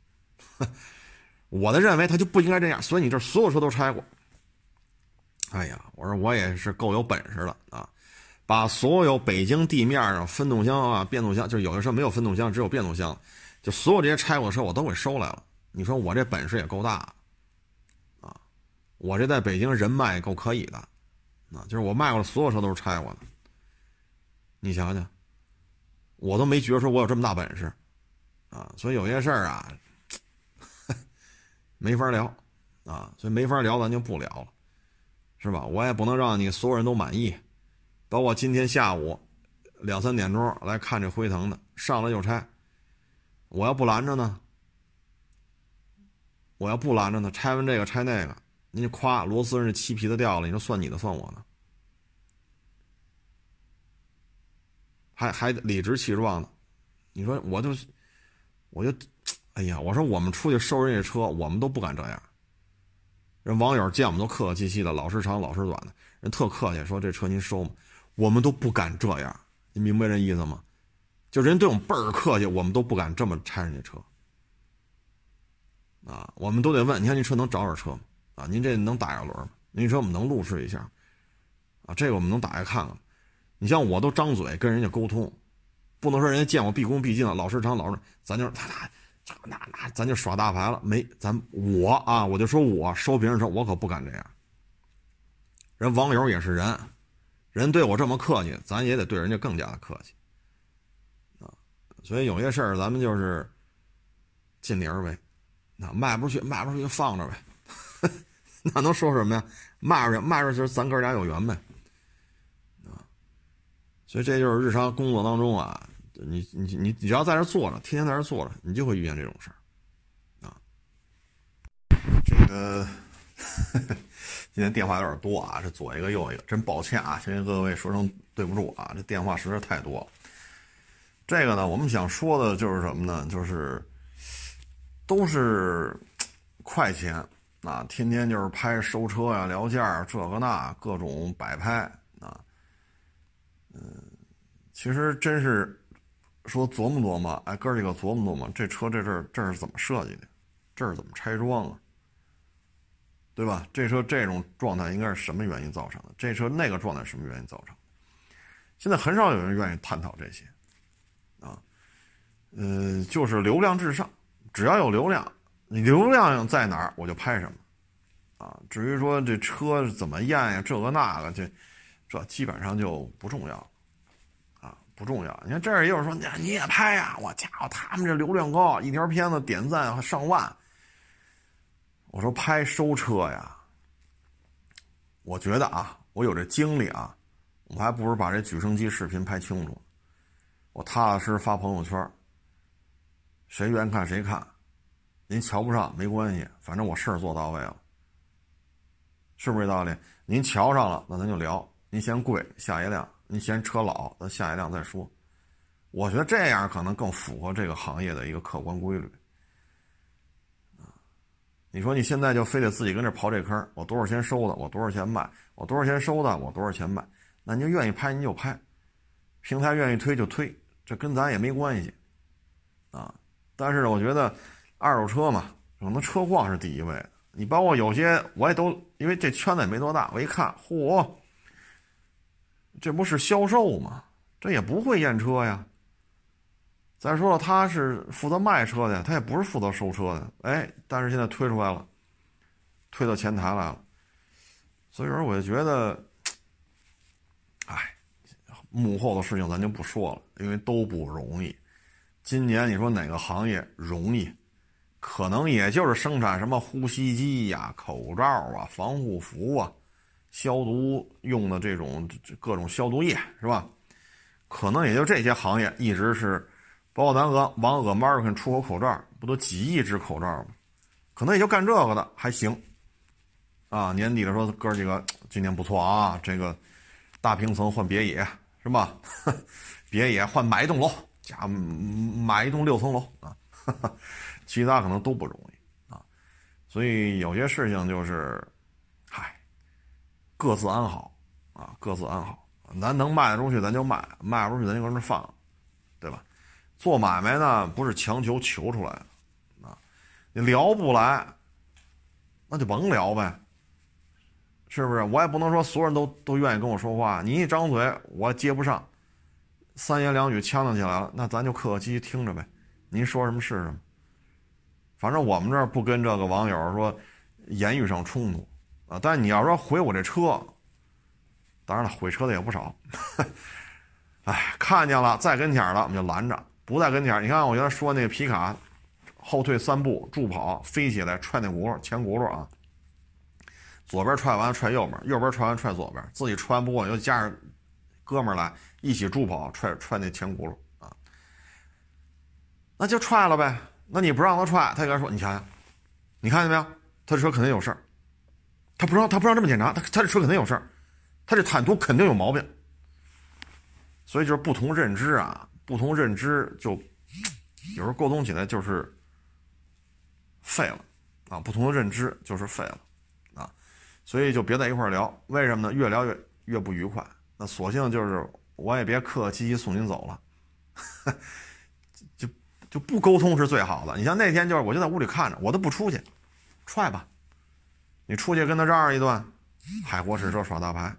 我的认为他就不应该这样，所以你这所有车都拆过。哎呀，我说我也是够有本事了啊，把所有北京地面上分动箱啊、变速箱，就是有的车没有分动箱，只有变速箱， 就所有这些拆过的车我都给收来了。你说我这本事也够大啊，我这在北京人脉也够可以的啊，就是我卖过的所有车都是拆过的。你想想，我都没觉得说我有这么大本事啊，所以有些事儿啊没法聊啊，所以没法聊咱就不聊了，是吧？我也不能让你所有人都满意。包括今天下午两三点钟来看这辉腾的，上来就拆，我要不拦着呢，我要不拦着呢，拆完这个拆那个，您就夸螺丝这漆皮子掉了，你说算你的算我的，还还理直气壮的。你说我就我就哎呀，我说我们出去收人家车，我们都不敢这样。人网友见我们都客客气气的，老时长老时短的，人特客气说这车您收吗？我们都不敢这样，你明白这意思吗？就人对我们倍儿客气，我们都不敢这么拆人家车啊！我们都得问，你看您车能找点车吗？啊，您这能打一轮吗？您车我们能路试一下啊？这个我们能打开看看。你像我都张嘴跟人家沟通，不能说人家见我毕恭毕敬的，老时长老实，咱就他他那那咱就耍大牌了。没，咱我啊，我就说我收别人车，我可不敢这样。人网友也是人。人对我这么客气，咱也得对人家更加的客气啊！所以有些事儿咱们就是尽力而为，那卖不出去，卖不出去就放着呗，那能说什么呀？卖出去，卖出去，咱哥俩有缘呗啊！所以这就是日常工作当中啊，你你你只要在这坐着，天天在这坐着，你就会遇见这种事儿啊。 这个。今天电话有点多啊，这左一个右一个，真抱歉啊，先跟各位说声对不住啊，这电话实在太多了。这个呢，我们想说的就是什么呢？就是都是快钱啊，天天就是拍收车呀、聊价这个那各种摆拍啊。嗯，其实真是说琢磨琢磨，哎，哥几个琢磨琢磨，这车这这这是怎么设计的？这是怎么拆装啊？对吧？这车这种状态应该是什么原因造成的？这车那个状态什么原因造成的？现在很少有人愿意探讨这些，啊，呃，就是流量至上，只要有流量，你流量在哪儿我就拍什么，啊，至于说这车怎么验呀，这个那个，这这基本上就不重要，啊，不重要。你看这儿也有人说，你也拍呀，我家伙，他们这流量高，一条片子点赞上万。我说拍收车呀，我觉得啊，我有这精力啊，我还不如把这举升机视频拍清楚，我踏踏实实发朋友圈，谁愿意看谁看，您瞧不上没关系，反正我事儿做到位了，是不是这道理？您瞧上了，那咱就聊，您嫌贵下一辆，您嫌车老，咱下一辆再说。我觉得这样可能更符合这个行业的一个客观规律。你说你现在就非得自己跟这刨这坑，我多少钱收的，我多少钱卖，我多少钱收的，我多少钱卖，那您就愿意拍您就拍，平台愿意推就推，这跟咱也没关系啊。但是呢，我觉得二手车嘛，可能车况是第一位的。你包括有些我也都，因为这圈子也没多大，我一看，嚯，这不是销售吗？这也不会验车呀。再说了，他是负责卖车的，他也不是负责收车的。哎，但是现在推出来了，推到前台来了，所以说我就觉得，哎，幕后的事情咱就不说了，因为都不容易。今年你说哪个行业容易？可能也就是生产什么呼吸机呀、口罩啊、防护服啊、消毒用的这种各种消毒液，是吧？可能也就这些行业一直是。包括咱俄往俄 American 出口口罩，不都几亿只口罩吗？可能也就干这个的还行，啊，年底的时候哥几个今年不错啊，这个大平层换别野是吧？别野换买一栋楼加买一栋六层楼啊，其他可能都不容易啊，所以有些事情就是，嗨，各自安好啊，各自安好，咱能卖得出去咱就卖，卖不出去咱就搁那放，对吧？做买卖呢，不是强求求出来的，啊，你聊不来，那就甭聊呗，是不是？我也不能说所有人都都愿意跟我说话，你一张嘴我接不上，三言两语呛呛起来了，那咱就客客气气听着呗， 您说什么是什么。反正我们这儿不跟这个网友说言语上冲突啊，但你要说毁我这车，当然了，毁车的也不少。哎，看见了，在跟前了，我们就拦着；不在跟前，你看我原来说那个皮卡后退三步助跑，飞起来踹那轱辘，前轱辘啊，左边踹完踹右边，右边踹完踹左边，自己踹完不过又加上哥们儿来一起助跑，踹踹那前轱辘啊，那就踹了呗。那你不让他踹，他就跟他说：“你想想，你看见没有？他这车肯定有事儿。他不让他不让这么检查，他他这车肯定有事儿，他这坦途肯定有毛病。”所以就是不同认知啊，不同认知就有时候沟通起来就是废了啊，不同的认知就是废了啊，所以就别在一块聊。为什么呢？越聊越越不愉快。那索性就是我也别客客气气送您走了，就就不沟通是最好的。你像那天就是我就在屋里看着，我都不出去，踹吧，你出去跟他嚷嚷一顿，海阔试车耍大牌，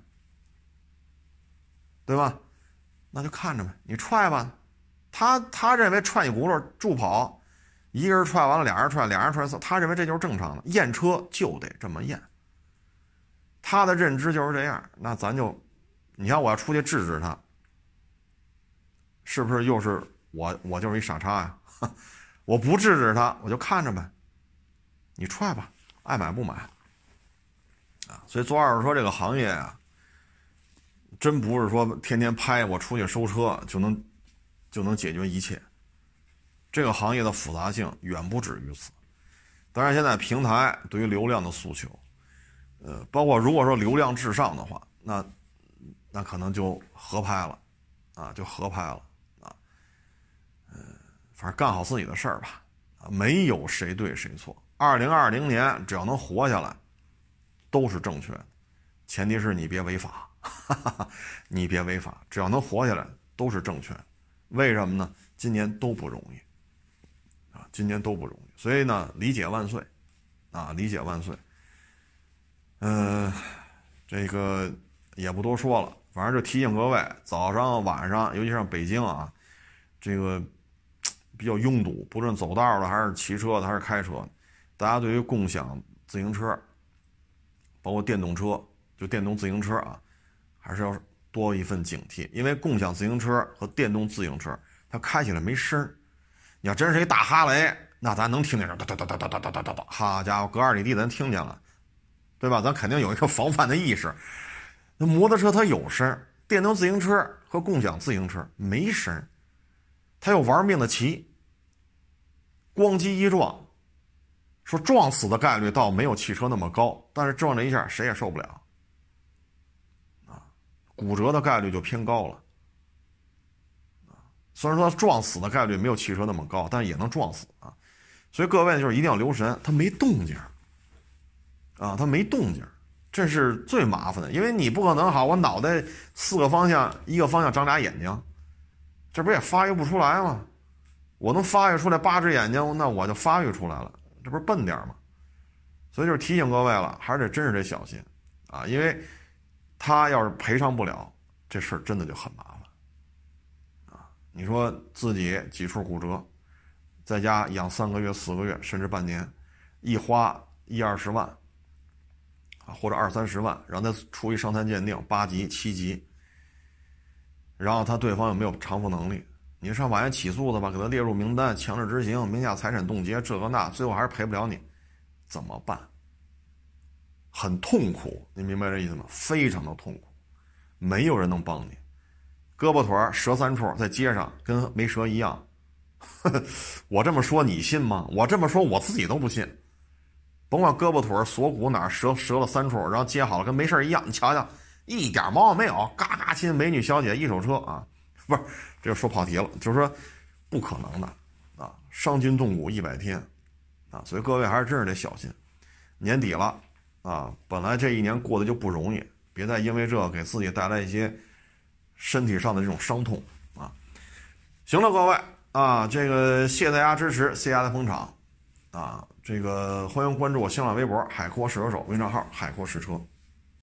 对吧？那就看着呗，你踹吧。他他认为踹你轱辘助跑，一个人踹完了，俩人踹，俩人踹，他认为这就是正常的，验车就得这么验。他的认知就是这样，那咱就，你看我要出去制止他，是不是又是我我就是一傻叉呀？我不制止他，我就看着呗，你踹吧，爱买不买啊。所以做二手车这个行业啊，真不是说天天拍我出去收车就能就能解决一切，这个行业的复杂性远不止于此。当然现在平台对于流量的诉求，呃，包括如果说流量至上的话，那那可能就合拍了啊，就合拍了啊。呃，反正干好自己的事儿吧，啊，没有谁对谁错。二零二零年只要能活下来，都是正确的，前提是你别违法。你别违法，只要能活下来都是正确的。为什么呢？今年都不容易啊，今年都不容易。所以呢，理解万岁啊，理解万岁。嗯、呃，这个也不多说了，反正就提醒各位，早上晚上，尤其像北京啊，这个比较拥堵，不论走道的还是骑车的还是开车的，大家对于共享自行车，包括电动车，就电动自行车啊，还是要多一份警惕。因为共享自行车和电动自行车它开起来没声儿，你要真是一大哈雷，那咱能听见哒哒哒哒哒哒哒哒哒，好家伙，隔二里地咱听见了，对吧？咱肯定有一个防范的意识。那摩托车它有声，电动自行车和共享自行车没声，它有玩命的骑，咣叽一撞，说撞死的概率倒没有汽车那么高，但是撞这一下谁也受不了啊，骨折的概率就偏高了啊。虽然说撞死的概率没有汽车那么高，但是也能撞死啊。所以各位就是一定要留神，它没动静啊，它没动静，这是最麻烦的。因为你不可能好，我脑袋四个方向，一个方向长俩眼睛，这不也发育不出来吗？我能发育出来八只眼睛，那我就发育出来了，这不是笨点吗？所以就是提醒各位了，还是得真是得小心啊，因为他要是赔偿不了，这事儿真的就很麻烦啊。你说自己几处骨折，在家养三个月、四个月，甚至半年，一花一二十万啊，或者二三十万，让他出一伤残鉴定八级、七级，然后他对方有没有偿付能力？你上法院起诉的吧，给他列入名单，强制执行，名下财产冻结，这个那，最后还是赔不了你，怎么办？很痛苦，你明白这意思吗？非常的痛苦，没有人能帮你。胳膊腿折三处，在街上跟没折一样。我这么说你信吗？我这么说我自己都不信。甭管胳膊腿锁骨哪折折了三处，然后接好了跟没事一样，你瞧瞧，一点毛病没有，嘎嘎亲美女小姐一手车啊，不是，这个说跑题了，就是说不可能的啊，伤筋动骨一百天啊，所以各位还是真是得小心。年底了啊，本来这一年过得就不容易，别再因为这给自己带来一些身体上的这种伤痛啊。行了，各位啊，这个谢谢大家支持，谢谢大家捧场啊，这个欢迎关注我新浪微博海阔试车手微账号海阔试车。